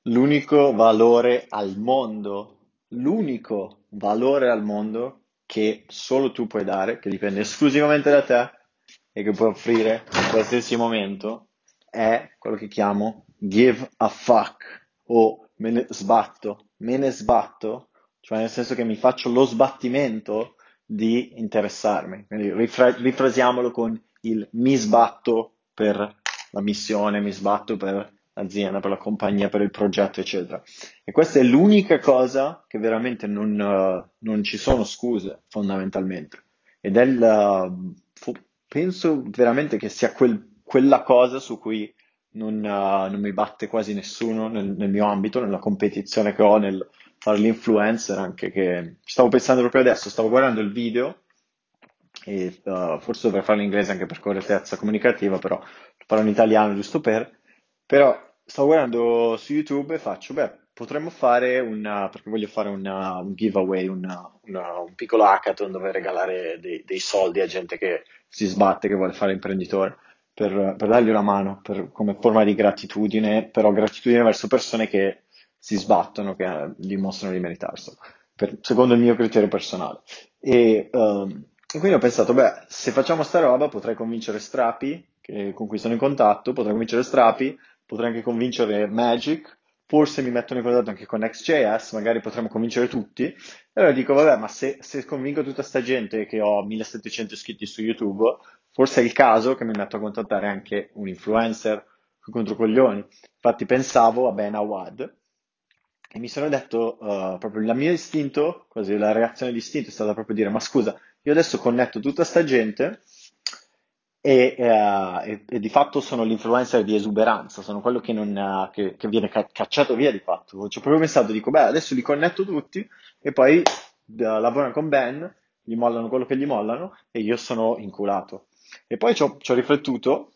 l'unico valore al mondo, l'unico valore al mondo che solo tu puoi dare, che dipende esclusivamente da te e che puoi offrire in qualsiasi momento, è quello che chiamo give a fuck o me ne sbatto, cioè nel senso che mi faccio lo sbattimento di interessarmi. Quindi rifrasiamolo con il mi sbatto per la missione, mi sbatto per l'azienda, per la compagnia, per il progetto, eccetera. E questa è l'unica cosa che veramente non ci sono scuse, fondamentalmente. Ed è penso veramente che sia quella cosa su cui non mi batte quasi nessuno nel mio ambito, nella competizione che ho nel fare l'influencer, anche che stavo pensando proprio adesso, stavo guardando il video e forse dovrei farlo in inglese anche per correttezza comunicativa, però lo parlo in italiano giusto però stavo guardando su YouTube e faccio, beh, potremmo fare perché voglio fare un giveaway, un piccolo hackathon dove regalare dei soldi a gente che si sbatte, che vuole fare imprenditore, per dargli una mano, come forma di gratitudine, però gratitudine verso persone che si sbattono, che dimostrano di meritarselo, secondo il mio criterio personale. E quindi ho pensato, beh, se facciamo sta roba potrei convincere Strapi, con cui sono in contatto, potrei convincere Strapi, potrei anche convincere Magic, forse mi mettono in contatto anche con Next.js, magari potremmo convincere tutti. E allora dico, vabbè, ma se convinco tutta sta gente che ho 1700 iscritti su YouTube, forse è il caso che mi metto a contattare anche un influencer contro coglioni. Infatti pensavo a Ben Awad e mi sono detto, proprio il mio istinto, così la reazione d'istinto è stata proprio dire, ma scusa, io adesso connetto tutta sta gente e di fatto sono l'influencer di esuberanza, sono quello che viene cacciato via di fatto. Ci ho proprio pensato, dico, beh, adesso li connetto tutti e poi lavorano con Ben, gli mollano quello che gli mollano e io sono inculato. E poi ci ho riflettuto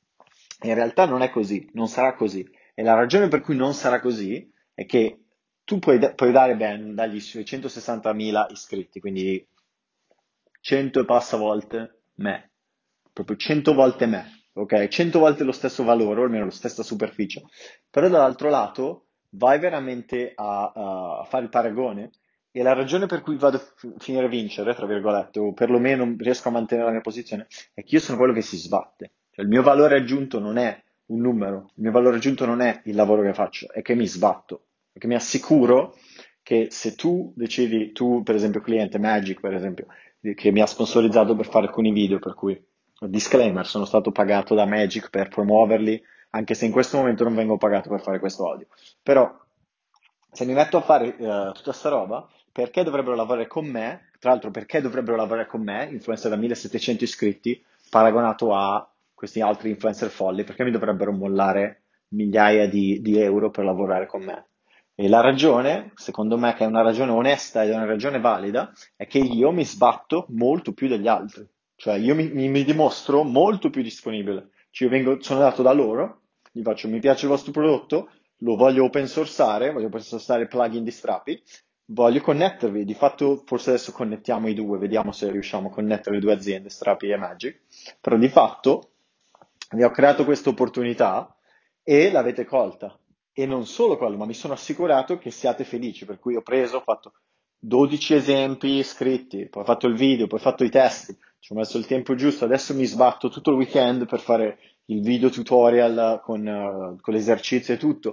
e in realtà non è così, non sarà così. E la ragione per cui non sarà così è che tu puoi dare Ben dagli suoi 160.000 iscritti, quindi 100 e passa volte me, proprio 100 volte me, ok? 100 volte lo stesso valore, o almeno la stessa superficie. Però dall'altro lato vai veramente a fare il paragone e la ragione per cui vado a finire a vincere, tra virgolette, o perlomeno riesco a mantenere la mia posizione, è che io sono quello che si sbatte. Cioè, il mio valore aggiunto non è un numero, il mio valore aggiunto non è il lavoro che faccio, è che mi sbatto, perché mi assicuro che se tu decidi, tu per esempio cliente Magic per esempio, che mi ha sponsorizzato per fare alcuni video, per cui disclaimer, sono stato pagato da Magic per promuoverli, anche se in questo momento non vengo pagato per fare questo audio. Però se mi metto a fare tutta sta roba, perché dovrebbero lavorare con me? Tra l'altro, perché dovrebbero lavorare con me, influencer da 1700 iscritti, paragonato a questi altri influencer folli? Perché mi dovrebbero mollare migliaia di euro per lavorare con me? E la ragione, secondo me, che è una ragione onesta ed è una ragione valida, è che io mi sbatto molto più degli altri. Cioè, io mi dimostro molto più disponibile. Cioè, sono andato da loro, gli faccio, mi piace il vostro prodotto, lo voglio open sourceare il plugin di Strapi, voglio connettervi. Di fatto, forse adesso connettiamo i due, vediamo se riusciamo a connettere le due aziende, Strapi e Magic. Però di fatto vi ho creato questa opportunità e l'avete colta. E non solo quello, ma mi sono assicurato che siate felici, per cui ho fatto 12 esempi scritti, poi ho fatto il video, poi ho fatto i testi, ci ho messo il tempo giusto, adesso mi sbatto tutto il weekend per fare il video tutorial con l'esercizio e tutto.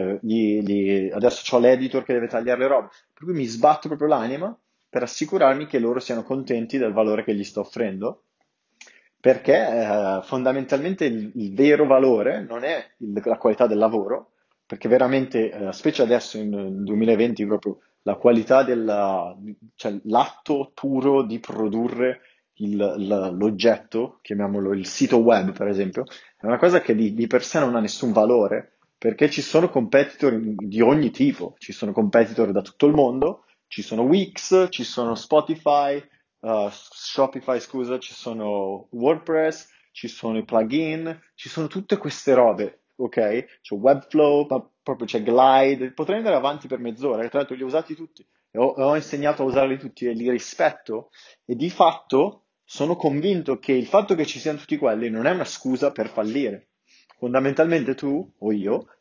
Adesso ho l'editor che deve tagliare le robe, per cui mi sbatto proprio l'anima per assicurarmi che loro siano contenti del valore che gli sto offrendo, perché fondamentalmente il vero valore non è la qualità del lavoro, perché veramente, specie adesso nel 2020, proprio la qualità cioè l'atto puro di produrre l'oggetto, chiamiamolo il sito web per esempio, è una cosa che di per sé non ha nessun valore, perché ci sono competitor di ogni tipo, ci sono competitor da tutto il mondo, ci sono Wix, ci sono Spotify, Shopify, scusa, ci sono WordPress, ci sono i plugin, ci sono tutte queste robe, ok? C'è Webflow, ma proprio c'è Glide, potrei andare avanti per mezz'ora, tra l'altro li ho usati tutti, e ho insegnato a usarli tutti e li rispetto, e di fatto sono convinto che il fatto che ci siano tutti quelli non è una scusa per fallire. Fondamentalmente tu o io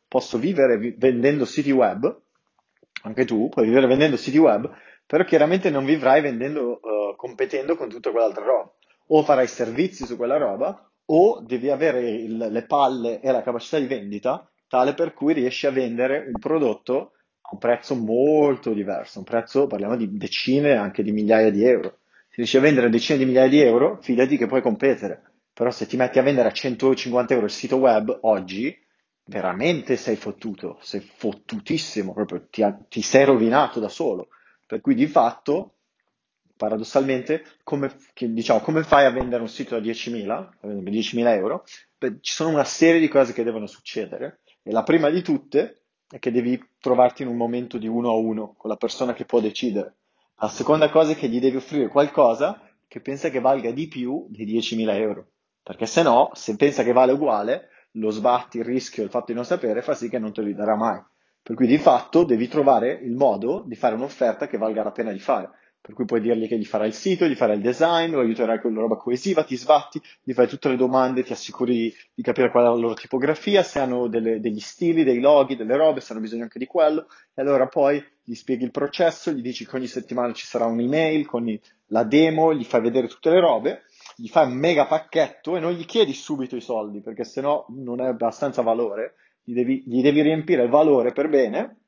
posso vivere vendendo siti web, anche tu puoi vivere vendendo siti web, però chiaramente non vivrai vendendo, competendo con tutta quell'altra roba. O farai servizi su quella roba, o devi avere le palle e la capacità di vendita tale per cui riesci a vendere un prodotto a un prezzo molto diverso, un prezzo, parliamo di decine, anche di migliaia di euro. Se riesci a vendere decine di migliaia di euro, fidati che puoi competere. Però se ti metti a vendere a 150 euro il sito web oggi, veramente sei fottuto, sei fottutissimo, proprio ti sei rovinato da solo. Per cui di fatto, paradossalmente, diciamo, come fai a vendere un sito a 10.000, a vendere 10.000 euro? Beh, ci sono una serie di cose che devono succedere e la prima di tutte è che devi trovarti in un momento di uno a uno con la persona che può decidere. La seconda cosa è che gli devi offrire qualcosa che pensa che valga di più di 10.000 euro. Perché se no, se pensa che vale uguale, lo sbatti, il rischio, il fatto di non sapere fa sì che non te li darà mai. Per cui di fatto devi trovare il modo di fare un'offerta che valga la pena di fare. Per cui puoi dirgli che gli farai il sito, gli farai il design, lo aiuterai con una roba coesiva, ti sbatti, gli fai tutte le domande, ti assicuri di capire qual è la loro tipografia, se hanno degli stili, dei loghi, delle robe, se hanno bisogno anche di quello. E allora poi gli spieghi il processo, gli dici che ogni settimana ci sarà un'email con la demo, gli fai vedere tutte le robe, gli fai un mega pacchetto e non gli chiedi subito i soldi, perché sennò non è abbastanza valore, gli devi riempire il valore per bene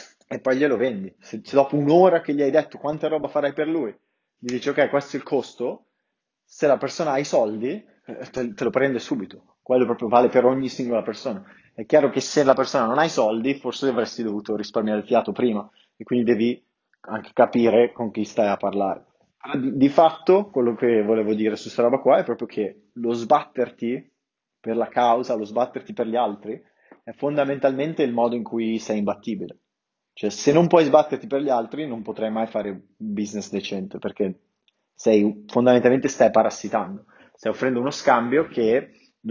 e poi glielo vendi. Se dopo un'ora che gli hai detto quanta roba farai per lui, gli dici ok, questo è il costo, se la persona ha i soldi, te lo prende subito. Quello proprio vale per ogni singola persona. È chiaro che se la persona non ha i soldi, forse avresti dovuto risparmiare il fiato prima e quindi devi anche capire con chi stai a parlare. Però di fatto, quello che volevo dire su questa roba qua è proprio che lo sbatterti per la causa, lo sbatterti per gli altri, è fondamentalmente il modo in cui sei imbattibile. Cioè, se non puoi sbatterti per gli altri, non potrai mai fare un business decente, perché fondamentalmente stai parassitando, stai offrendo uno scambio che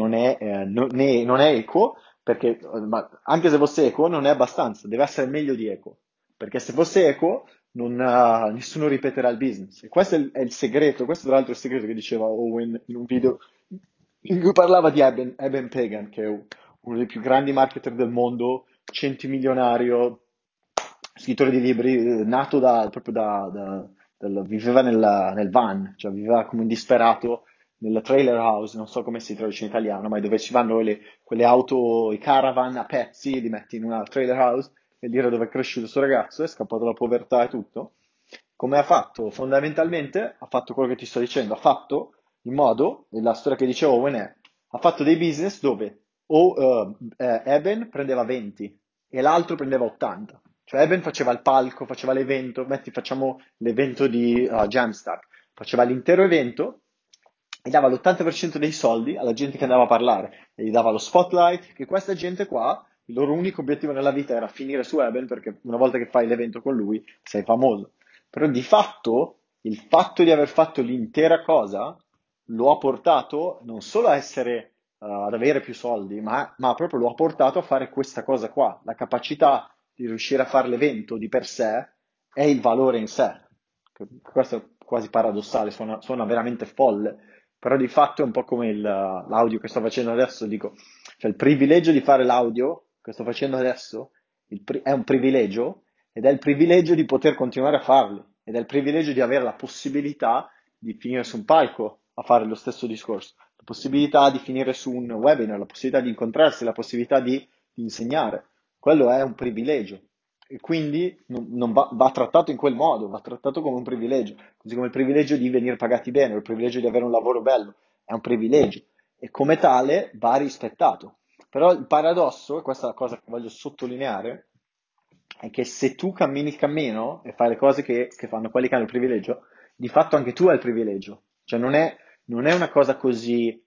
non è equo, perché anche se fosse equo non è abbastanza, deve essere meglio di equo, perché se fosse equo nessuno ripeterà il business. E questo è il segreto, questo tra l'altro è il segreto che diceva Owen in un video in cui parlava di Eben Pagan, che è uno dei più grandi marketer del mondo, centimilionario, scrittore di libri, nato proprio viveva nel van, cioè viveva come un disperato nella trailer house, non so come si traduce in italiano, ma è dove ci vanno quelle auto, i caravan a pezzi, li metti in una trailer house e lì era dove è cresciuto questo ragazzo, è scappato dalla povertà e tutto. Come ha fatto? Fondamentalmente ha fatto quello che ti sto dicendo, ha fatto in modo, e la storia che dice Owen è, ha fatto dei business dove Eben prendeva 20 e l'altro prendeva 80. Cioè Eben faceva il palco, faceva l'evento, facciamo l'evento di Jamstack, faceva l'intero evento e dava l'80% dei soldi alla gente che andava a parlare e gli dava lo spotlight, che questa gente qua, il loro unico obiettivo nella vita era finire su Eben perché una volta che fai l'evento con lui sei famoso. Però di fatto, il fatto di aver fatto l'intera cosa lo ha portato non solo a essere, ad avere più soldi, ma proprio lo ha portato a fare questa cosa qua. La capacità di riuscire a fare l'evento di per sé è il valore in sé. Questo è quasi paradossale, suona veramente folle, però di fatto è un po' come l'audio che sto facendo adesso, dico, cioè il privilegio di fare l'audio che sto facendo adesso è un privilegio ed è il privilegio di poter continuare a farli ed è il privilegio di avere la possibilità di finire su un palco a fare lo stesso discorso, la possibilità di finire su un webinar, la possibilità di incontrarsi, la possibilità di insegnare. Quello è un privilegio e quindi non va trattato in quel modo, va trattato come un privilegio, così come il privilegio di venire pagati bene, il privilegio di avere un lavoro bello, è un privilegio e come tale va rispettato. Però il paradosso, e questa è la cosa che voglio sottolineare, è che se tu cammini il cammino e fai le cose che fanno quelli che hanno il privilegio, di fatto anche tu hai il privilegio. Cioè non è una cosa così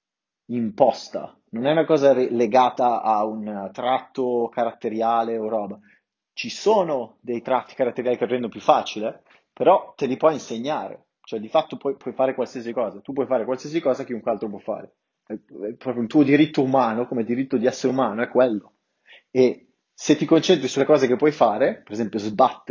imposta, non è una cosa legata a un tratto caratteriale o roba. Ci sono dei tratti caratteriali che lo rendono più facile, però te li puoi insegnare. Cioè di fatto puoi fare qualsiasi cosa. Tu puoi fare qualsiasi cosa che chiunque altro può fare. È proprio un tuo diritto umano, come diritto di essere umano, è quello. E se ti concentri sulle cose che puoi fare, per esempio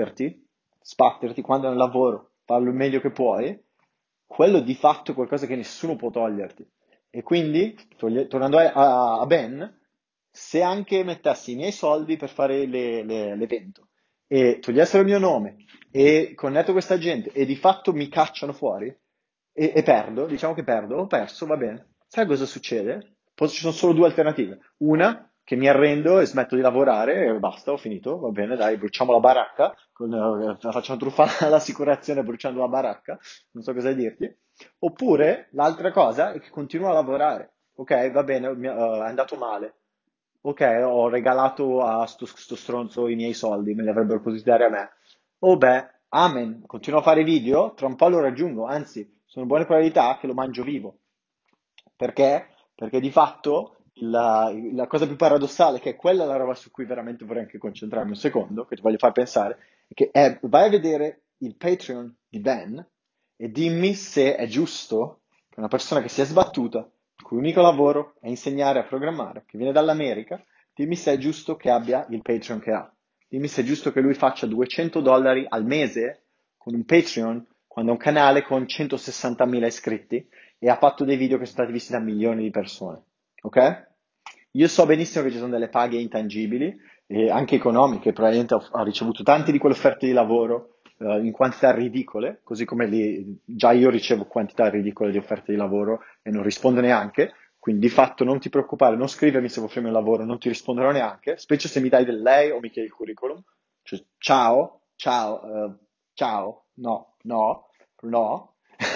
sbatterti quando è un lavoro, farlo il meglio che puoi, quello di fatto è qualcosa che nessuno può toglierti. E quindi, tornando a Ben, se anche mettessi i miei soldi per fare l'evento e togliessero il mio nome e connetto questa gente e di fatto mi cacciano fuori e perdo, diciamo che perdo, ho perso, va bene. Sai cosa succede? Ci sono solo due alternative. Una, che mi arrendo e smetto di lavorare e basta, ho finito, va bene, dai, bruciamo la baracca, facciamo truffare l'assicurazione bruciando la baracca, non so cosa dirti. Oppure l'altra cosa è che continuo a lavorare. Ok, va bene, è andato male. Ok, ho regalato a sto stronzo i miei soldi, me li avrebbero potuti dare a me. Oh beh, amen, continuo a fare video, tra un po' lo raggiungo, anzi, sono buone probabilità che lo mangio vivo. Perché? Perché di fatto la cosa più paradossale, che è quella la roba su cui veramente vorrei anche concentrarmi un secondo, che ti voglio far pensare, è che vai a vedere il Patreon di Ben e dimmi se è giusto che una persona che si è sbattuta, il cui unico lavoro è insegnare a programmare, che viene dall'America, dimmi se è giusto che abbia il Patreon che ha. Dimmi se è giusto che lui faccia $200 al mese con un Patreon quando ha un canale con 160.000 iscritti e ha fatto dei video che sono stati visti da milioni di persone. Ok? Io so benissimo che ci sono delle paghe intangibili, anche economiche, probabilmente ha ricevuto tante di quelle offerte di lavoro in quantità ridicole, così come già io ricevo quantità ridicole di offerte di lavoro e non rispondo neanche, quindi di fatto non ti preoccupare, non scrivermi se vuoi farmi un lavoro, non ti risponderò neanche, specie se mi dai del lei o mi chiedi il curriculum. Cioè, ciao, ciao, ciao, no, no, no.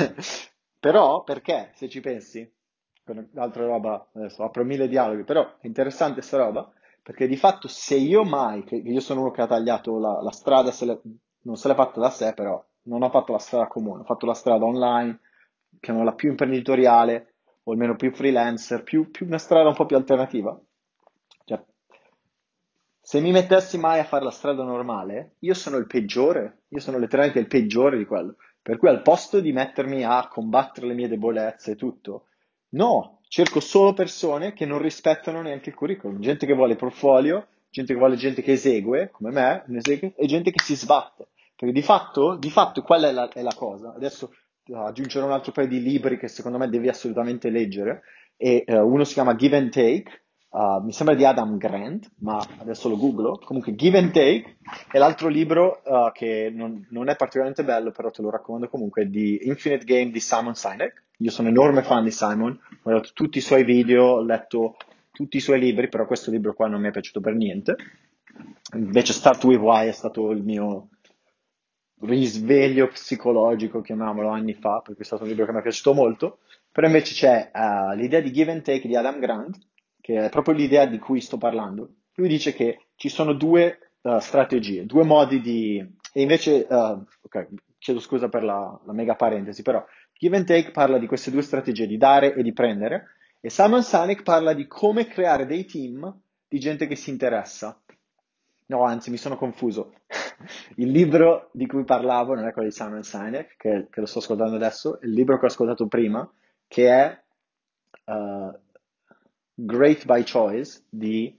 Però perché, se ci pensi, con altra roba, adesso apro mille dialoghi, però è interessante sta roba, perché di fatto se io mai, che io sono uno che ha tagliato la strada, non se l'è fatta da sé, però non ho fatto la strada comune, ho fatto la strada online, chiamiamola più imprenditoriale, o almeno più freelancer, più una strada un po' più alternativa. Cioè, se mi mettessi mai a fare la strada normale, io sono il peggiore, io sono letteralmente il peggiore di quello. Per cui al posto di mettermi a combattere le mie debolezze e tutto, no, cerco solo persone che non rispettano neanche il curriculum, gente che vuole portfolio, gente che vuole gente che esegue, come me, e gente che si sbatte. Perché di fatto quella è la cosa. Adesso aggiungerò un altro paio di libri che secondo me devi assolutamente leggere, e uno si chiama Give and Take, mi sembra di Adam Grant, ma adesso lo googlo. Comunque, Give and Take è l'altro libro che non è particolarmente bello, però te lo raccomando comunque, è di Infinite Game di Simon Sinek. Io sono enorme fan di Simon, ho guardato tutti i suoi video, ho letto tutti i suoi libri, però questo libro qua non mi è piaciuto per niente. Invece Start With Why è stato il mio risveglio psicologico, chiamiamolo, anni fa, perché è stato un libro che mi è piaciuto molto. Però invece c'è l'idea di Give and Take di Adam Grant, che è proprio l'idea di cui sto parlando. Lui dice che ci sono due strategie, due modi di... E invece, ok, chiedo scusa per la mega parentesi, però Give and Take parla di queste due strategie, di dare e di prendere, e Simon Sinek parla di come creare dei team di gente che si interessa. No, anzi, mi sono confuso. Il libro di cui parlavo non è quello di Simon Sinek, che lo sto ascoltando adesso, è il libro che ho ascoltato prima, che è eh, Great by Choice di...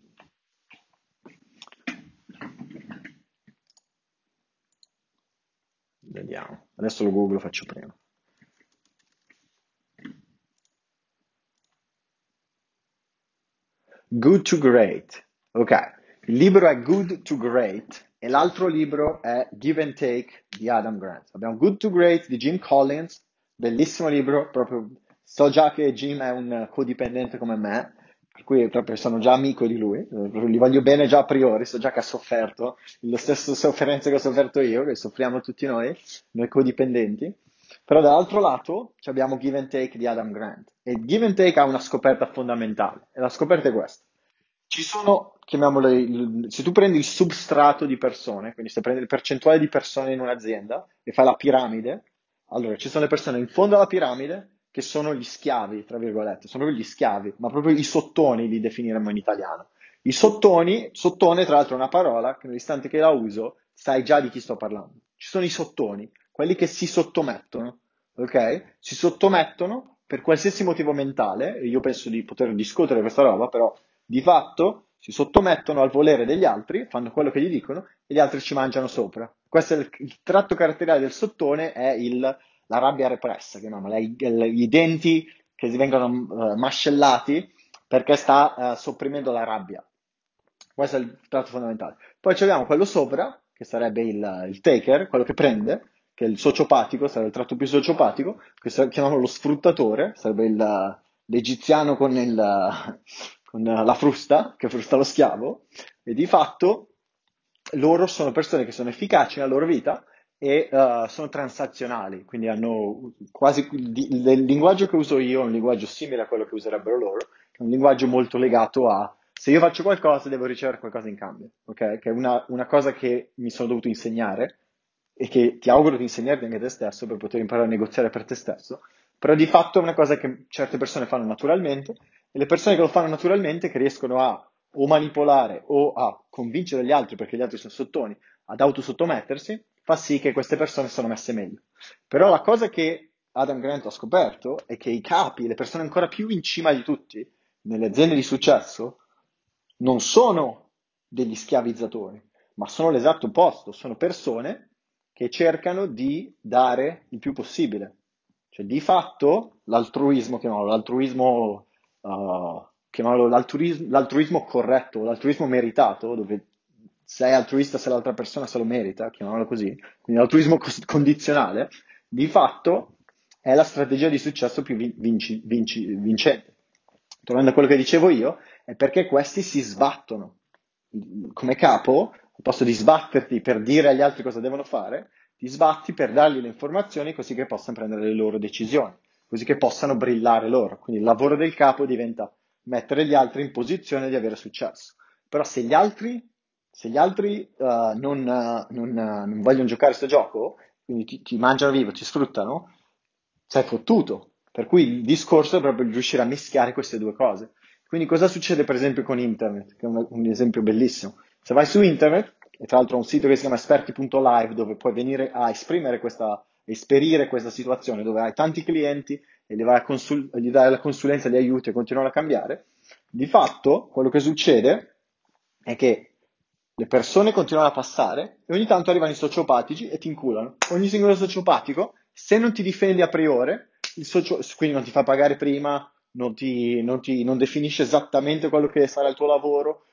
Vediamo, adesso lo googlo, faccio prima. Good to Great. Ok, il libro è Good to Great e l'altro libro è Give and Take di Adam Grant. Abbiamo Good to Great di Jim Collins, bellissimo libro, proprio so già che Jim è un codipendente come me, per cui proprio sono già amico di lui, gli voglio bene già a priori, so già che ha sofferto le stesse sofferenze che ho sofferto io, che soffriamo tutti noi codipendenti. Però dall'altro lato abbiamo Give and Take di Adam Grant e Give and Take ha una scoperta fondamentale e la scoperta è questa. Ci sono, chiamiamole, se tu prendi il substrato di persone, quindi se prendi il percentuale di persone in un'azienda e fai la piramide, allora ci sono le persone in fondo alla piramide che sono gli schiavi, tra virgolette, sono proprio gli schiavi, ma proprio i sottoni li definiremmo in italiano. I sottoni, sottone tra l'altro è una parola che nell'istante che la uso sai già di chi sto parlando. Ci sono i sottoni, quelli che si sottomettono, ok? Si sottomettono per qualsiasi motivo mentale, e io penso di poter discutere questa roba, però di fatto si sottomettono al volere degli altri, fanno quello che gli dicono e gli altri ci mangiano sopra. Questo è il tratto caratteriale del sottone, è la rabbia repressa, chiamiamola, i denti che si vengono mascellati perché sta sopprimendo la rabbia. Questo è il tratto fondamentale. Poi abbiamo quello sopra, che sarebbe il taker, quello che prende, che è il sociopatico, sarebbe il tratto più sociopatico, chiamiamolo lo sfruttatore, sarebbe l'egiziano con la frusta, che frusta lo schiavo, e di fatto loro sono persone che sono efficaci nella loro vita e sono transazionali, quindi hanno quasi il linguaggio che uso io è un linguaggio simile a quello che userebbero loro, che è un linguaggio molto legato a se io faccio qualcosa devo ricevere qualcosa in cambio, ok? Che è una cosa che mi sono dovuto insegnare e che ti auguro di insegnarti anche te stesso per poter imparare a negoziare per te stesso, però di fatto è una cosa che certe persone fanno naturalmente e le persone che lo fanno naturalmente, che riescono a o manipolare o a convincere gli altri perché gli altri sono sottoni, ad autosottomettersi, fa sì che queste persone sono messe meglio. Però la cosa che Adam Grant ha scoperto è che i capi, le persone ancora più in cima di tutti, nelle aziende di successo, non sono degli schiavizzatori, ma sono l'esatto opposto, sono persone che cercano di dare il più possibile. Cioè, di fatto, l'altruismo corretto, l'altruismo meritato, dove sei altruista se l'altra persona se lo merita, chiamiamolo così, quindi l'altruismo condizionale, di fatto è la strategia di successo più vincente. Tornando a quello che dicevo io, è perché questi si sbattono. Come capo, al posto di sbatterti per dire agli altri cosa devono fare, ti sbatti per dargli le informazioni così che possano prendere le loro decisioni, così che possano brillare loro. Quindi il lavoro del capo diventa mettere gli altri in posizione di avere successo. Però se gli altri non vogliono giocare questo gioco, quindi ti mangiano vivo, ti sfruttano, sei fottuto. Per cui il discorso è proprio riuscire a mischiare queste due cose. Quindi cosa succede per esempio con internet, che è un esempio bellissimo. Se vai su internet, e tra l'altro ho un sito che si chiama esperti.live dove puoi venire a esperire questa situazione, dove hai tanti clienti e gli dai la consulenza, gli aiuti e continuano a cambiare, di fatto quello che succede è che le persone continuano a passare e ogni tanto arrivano i sociopatici e ti inculano. Ogni singolo sociopatico, se non ti difendi a priori, quindi non ti fa pagare prima, non definisce esattamente quello che sarà il tuo lavoro,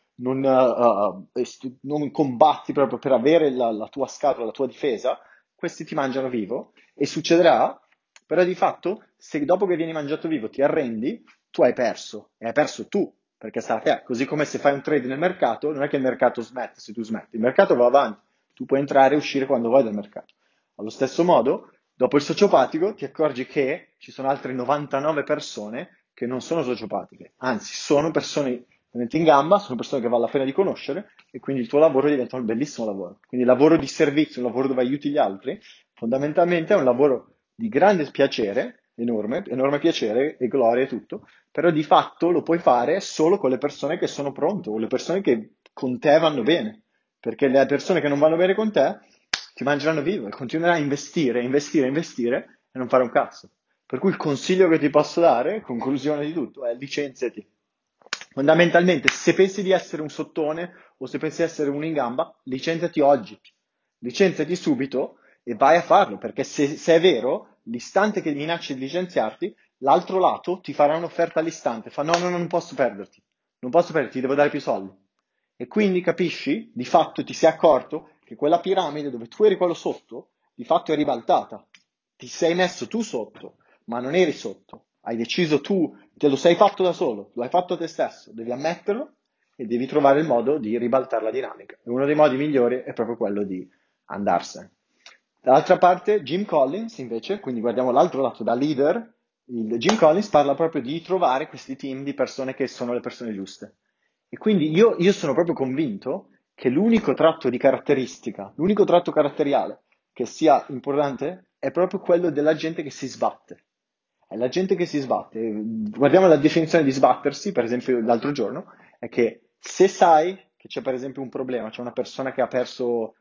non combatti proprio per avere la tua scatola, la tua difesa, questi ti mangiano vivo e succederà, però di fatto, se dopo che vieni mangiato vivo ti arrendi, tu hai perso e hai perso tu, perché sta a te. Così come se fai un trade nel mercato, non è che il mercato smette se tu smetti, il mercato va avanti, tu puoi entrare e uscire quando vuoi dal mercato. Allo stesso modo, dopo il sociopatico ti accorgi che ci sono altre 99 persone che non sono sociopatiche, anzi sono persone veramente in gamba, sono persone che vale la pena di conoscere e quindi il tuo lavoro diventa un bellissimo lavoro. Quindi il lavoro di servizio, un lavoro dove aiuti gli altri, fondamentalmente è un lavoro di grande piacere, enorme, enorme piacere e gloria e tutto, però di fatto lo puoi fare solo con le persone che sono pronte o le persone che con te vanno bene, perché le persone che non vanno bene con te ti mangeranno vivo e continuerai a investire, investire, investire e non fare un cazzo. Per cui il consiglio che ti posso dare, conclusione di tutto, è licenziati. Fondamentalmente, se pensi di essere un sottone o se pensi di essere uno in gamba, licenziati oggi. Licenziati subito e vai a farlo, perché se è vero, l'istante che minacci di licenziarti, l'altro lato ti farà un'offerta all'istante, fa no, no, no, non posso perderti, non posso perderti, ti devo dare più soldi. E quindi capisci, di fatto ti sei accorto che quella piramide dove tu eri quello sotto, di fatto è ribaltata. Ti sei messo tu sotto, ma non eri sotto. Hai deciso tu, te lo sei fatto da solo, lo hai fatto te stesso, devi ammetterlo e devi trovare il modo di ribaltare la dinamica. E uno dei modi migliori è proprio quello di andarsene. Dall'altra parte, Jim Collins, invece, quindi guardiamo l'altro lato da leader, Jim Collins parla proprio di trovare questi team di persone che sono le persone giuste. E quindi io sono proprio convinto che l'unico tratto di caratteristica, l'unico tratto caratteriale che sia importante è proprio quello della gente che si sbatte. È la gente che si sbatte. Guardiamo la definizione di sbattersi, per esempio, l'altro giorno, è che se sai che c'è per esempio un problema, c'è una persona che ha perso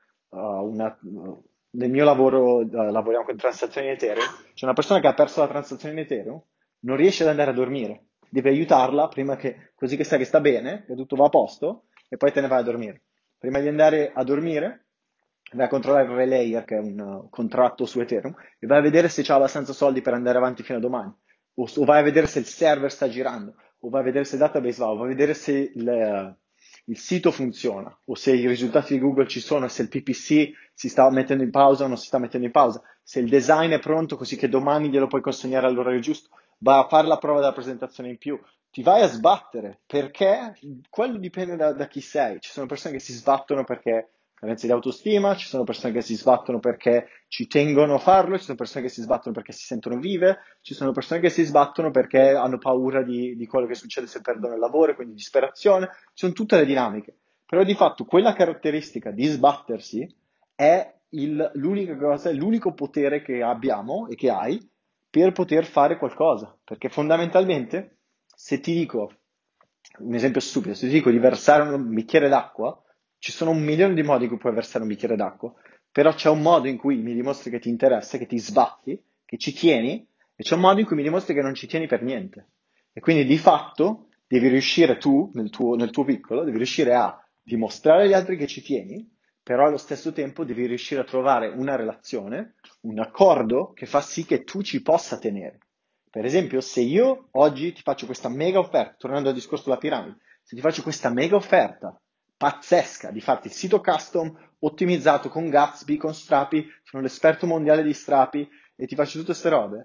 nel mio lavoro, lavoriamo con transazioni in Ethereum, c'è una persona che ha perso la transazione in Ethereum, non riesce ad andare a dormire, devi aiutarla così che sai che sta bene, che tutto va a posto, e poi te ne vai a dormire. Prima di andare a dormire, vai a controllare il Relayer, che è un contratto su Ethereum, vai a vedere se c'ha abbastanza soldi per andare avanti fino a domani, o vai a vedere se il server sta girando, o vai a vedere se il database va, o vai a vedere se il sito funziona, o se i risultati di Google ci sono, se il PPC si sta mettendo in pausa o non si sta mettendo in pausa, se il design è pronto così che domani glielo puoi consegnare all'orario giusto, va a fare la prova della presentazione in più, ti vai a sbattere, perché quello dipende da chi sei. Ci sono persone che si sbattono perché carenza di autostima, ci sono persone che si sbattono perché ci tengono a farlo, ci sono persone che si sbattono perché si sentono vive, ci sono persone che si sbattono perché hanno paura di quello che succede se perdono il lavoro, quindi disperazione, ci sono tutte le dinamiche. Però di fatto quella caratteristica di sbattersi è l'unica cosa, è l'unico potere che abbiamo e che hai per poter fare qualcosa. Perché fondamentalmente, se ti dico, un esempio stupido, se ti dico di versare un bicchiere d'acqua, ci sono un milione di modi in cui puoi versare un bicchiere d'acqua, però c'è un modo in cui mi dimostri che ti interessa, che ti sbatti, che ci tieni, e c'è un modo in cui mi dimostri che non ci tieni per niente. E quindi di fatto devi riuscire tu, nel tuo piccolo, devi riuscire a dimostrare agli altri che ci tieni, però allo stesso tempo devi riuscire a trovare una relazione, un accordo che fa sì che tu ci possa tenere. Per esempio, se io oggi ti faccio questa mega offerta, tornando al discorso della piramide, se ti faccio questa mega offerta pazzesca di farti il sito custom ottimizzato con Gatsby, con Strapi, sono l'esperto mondiale di Strapi e ti faccio tutte queste robe,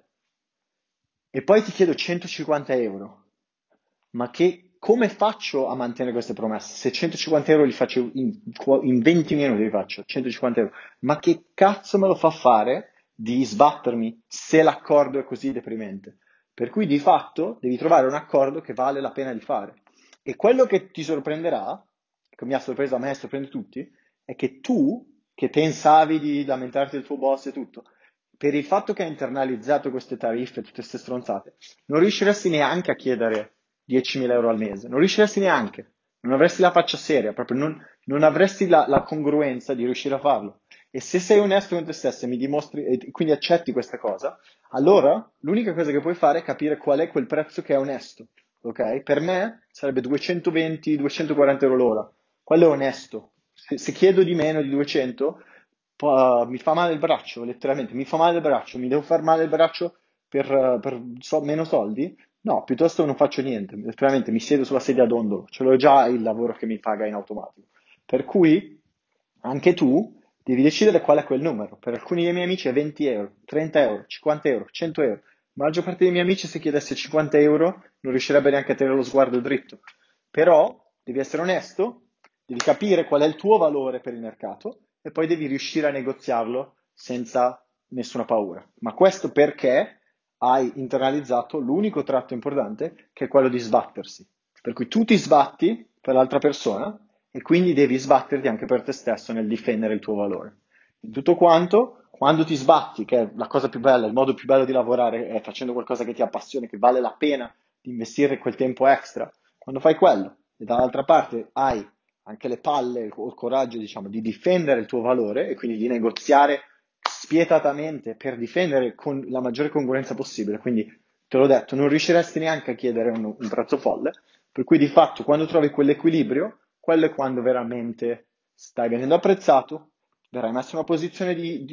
e poi ti chiedo 150 euro, ma come faccio a mantenere queste promesse? Se 150 euro li faccio in 20 minuti, li faccio 150 euro, ma che cazzo me lo fa fare di sbattermi se l'accordo è così deprimente? Per cui di fatto devi trovare un accordo che vale la pena di fare. E quello che ti sorprenderà, che mi ha sorpreso a me e sorprende tutti, è che tu, che pensavi di lamentarti del tuo boss e tutto, per il fatto che hai internalizzato queste tariffe, tutte queste stronzate, non riusciresti neanche a chiedere 10.000 euro al mese, non riusciresti neanche, non avresti la faccia seria, proprio non avresti la congruenza di riuscire a farlo. E se sei onesto con te stesso e mi dimostri, e quindi accetti questa cosa, allora l'unica cosa che puoi fare è capire qual è quel prezzo che è onesto, ok? Per me sarebbe 220-240 euro l'ora, quello è onesto. Se chiedo di meno di 200, mi fa male il braccio, letteralmente, mi fa male il braccio, mi devo far male il braccio per meno soldi? No, piuttosto non faccio niente, letteralmente mi siedo sulla sedia a dondolo, ce l'ho già il lavoro che mi paga in automatico. Per cui anche tu devi decidere qual è quel numero. Per alcuni dei miei amici è 20 euro, 30 euro, 50 euro, 100 euro. Ma la maggior parte dei miei amici se chiedesse 50 euro non riuscirebbe neanche a tenere lo sguardo dritto. Però devi essere onesto, devi capire qual è il tuo valore per il mercato e poi devi riuscire a negoziarlo senza nessuna paura. Ma questo perché hai internalizzato l'unico tratto importante che è quello di sbattersi. Per cui tu ti sbatti per l'altra persona e quindi devi sbatterti anche per te stesso nel difendere il tuo valore. In tutto quanto, quando ti sbatti, che è la cosa più bella, il modo più bello di lavorare è facendo qualcosa che ti appassiona, che vale la pena di investire quel tempo extra, quando fai quello e dall'altra parte hai anche le palle o il coraggio, diciamo, di difendere il tuo valore e quindi di negoziare spietatamente per difendere con la maggiore congruenza possibile. Quindi, te l'ho detto, non riusciresti neanche a chiedere un prezzo folle, per cui di fatto quando trovi quell'equilibrio, quello è quando veramente stai venendo apprezzato, verrai messo in una posizione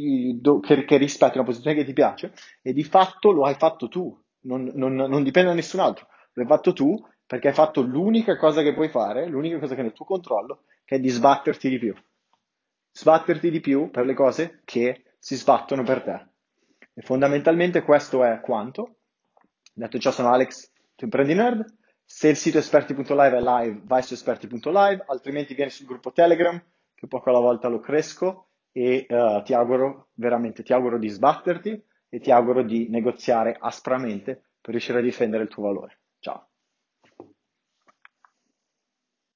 che rispetti, una posizione che ti piace e di fatto lo hai fatto tu, non dipende da nessun altro, lo hai fatto tu perché hai fatto l'unica cosa che puoi fare, l'unica cosa che è nel tuo controllo, che è di sbatterti di più. Sbatterti di più per le cose che si sbattono per te. E fondamentalmente questo è quanto. Detto ciò, sono Alex, tu imprendi nerd. Se il sito esperti.live è live, vai su esperti.live, altrimenti vieni sul gruppo Telegram, che poco alla volta lo cresco e ti auguro, veramente, ti auguro di sbatterti e ti auguro di negoziare aspramente per riuscire a difendere il tuo valore. Ciao.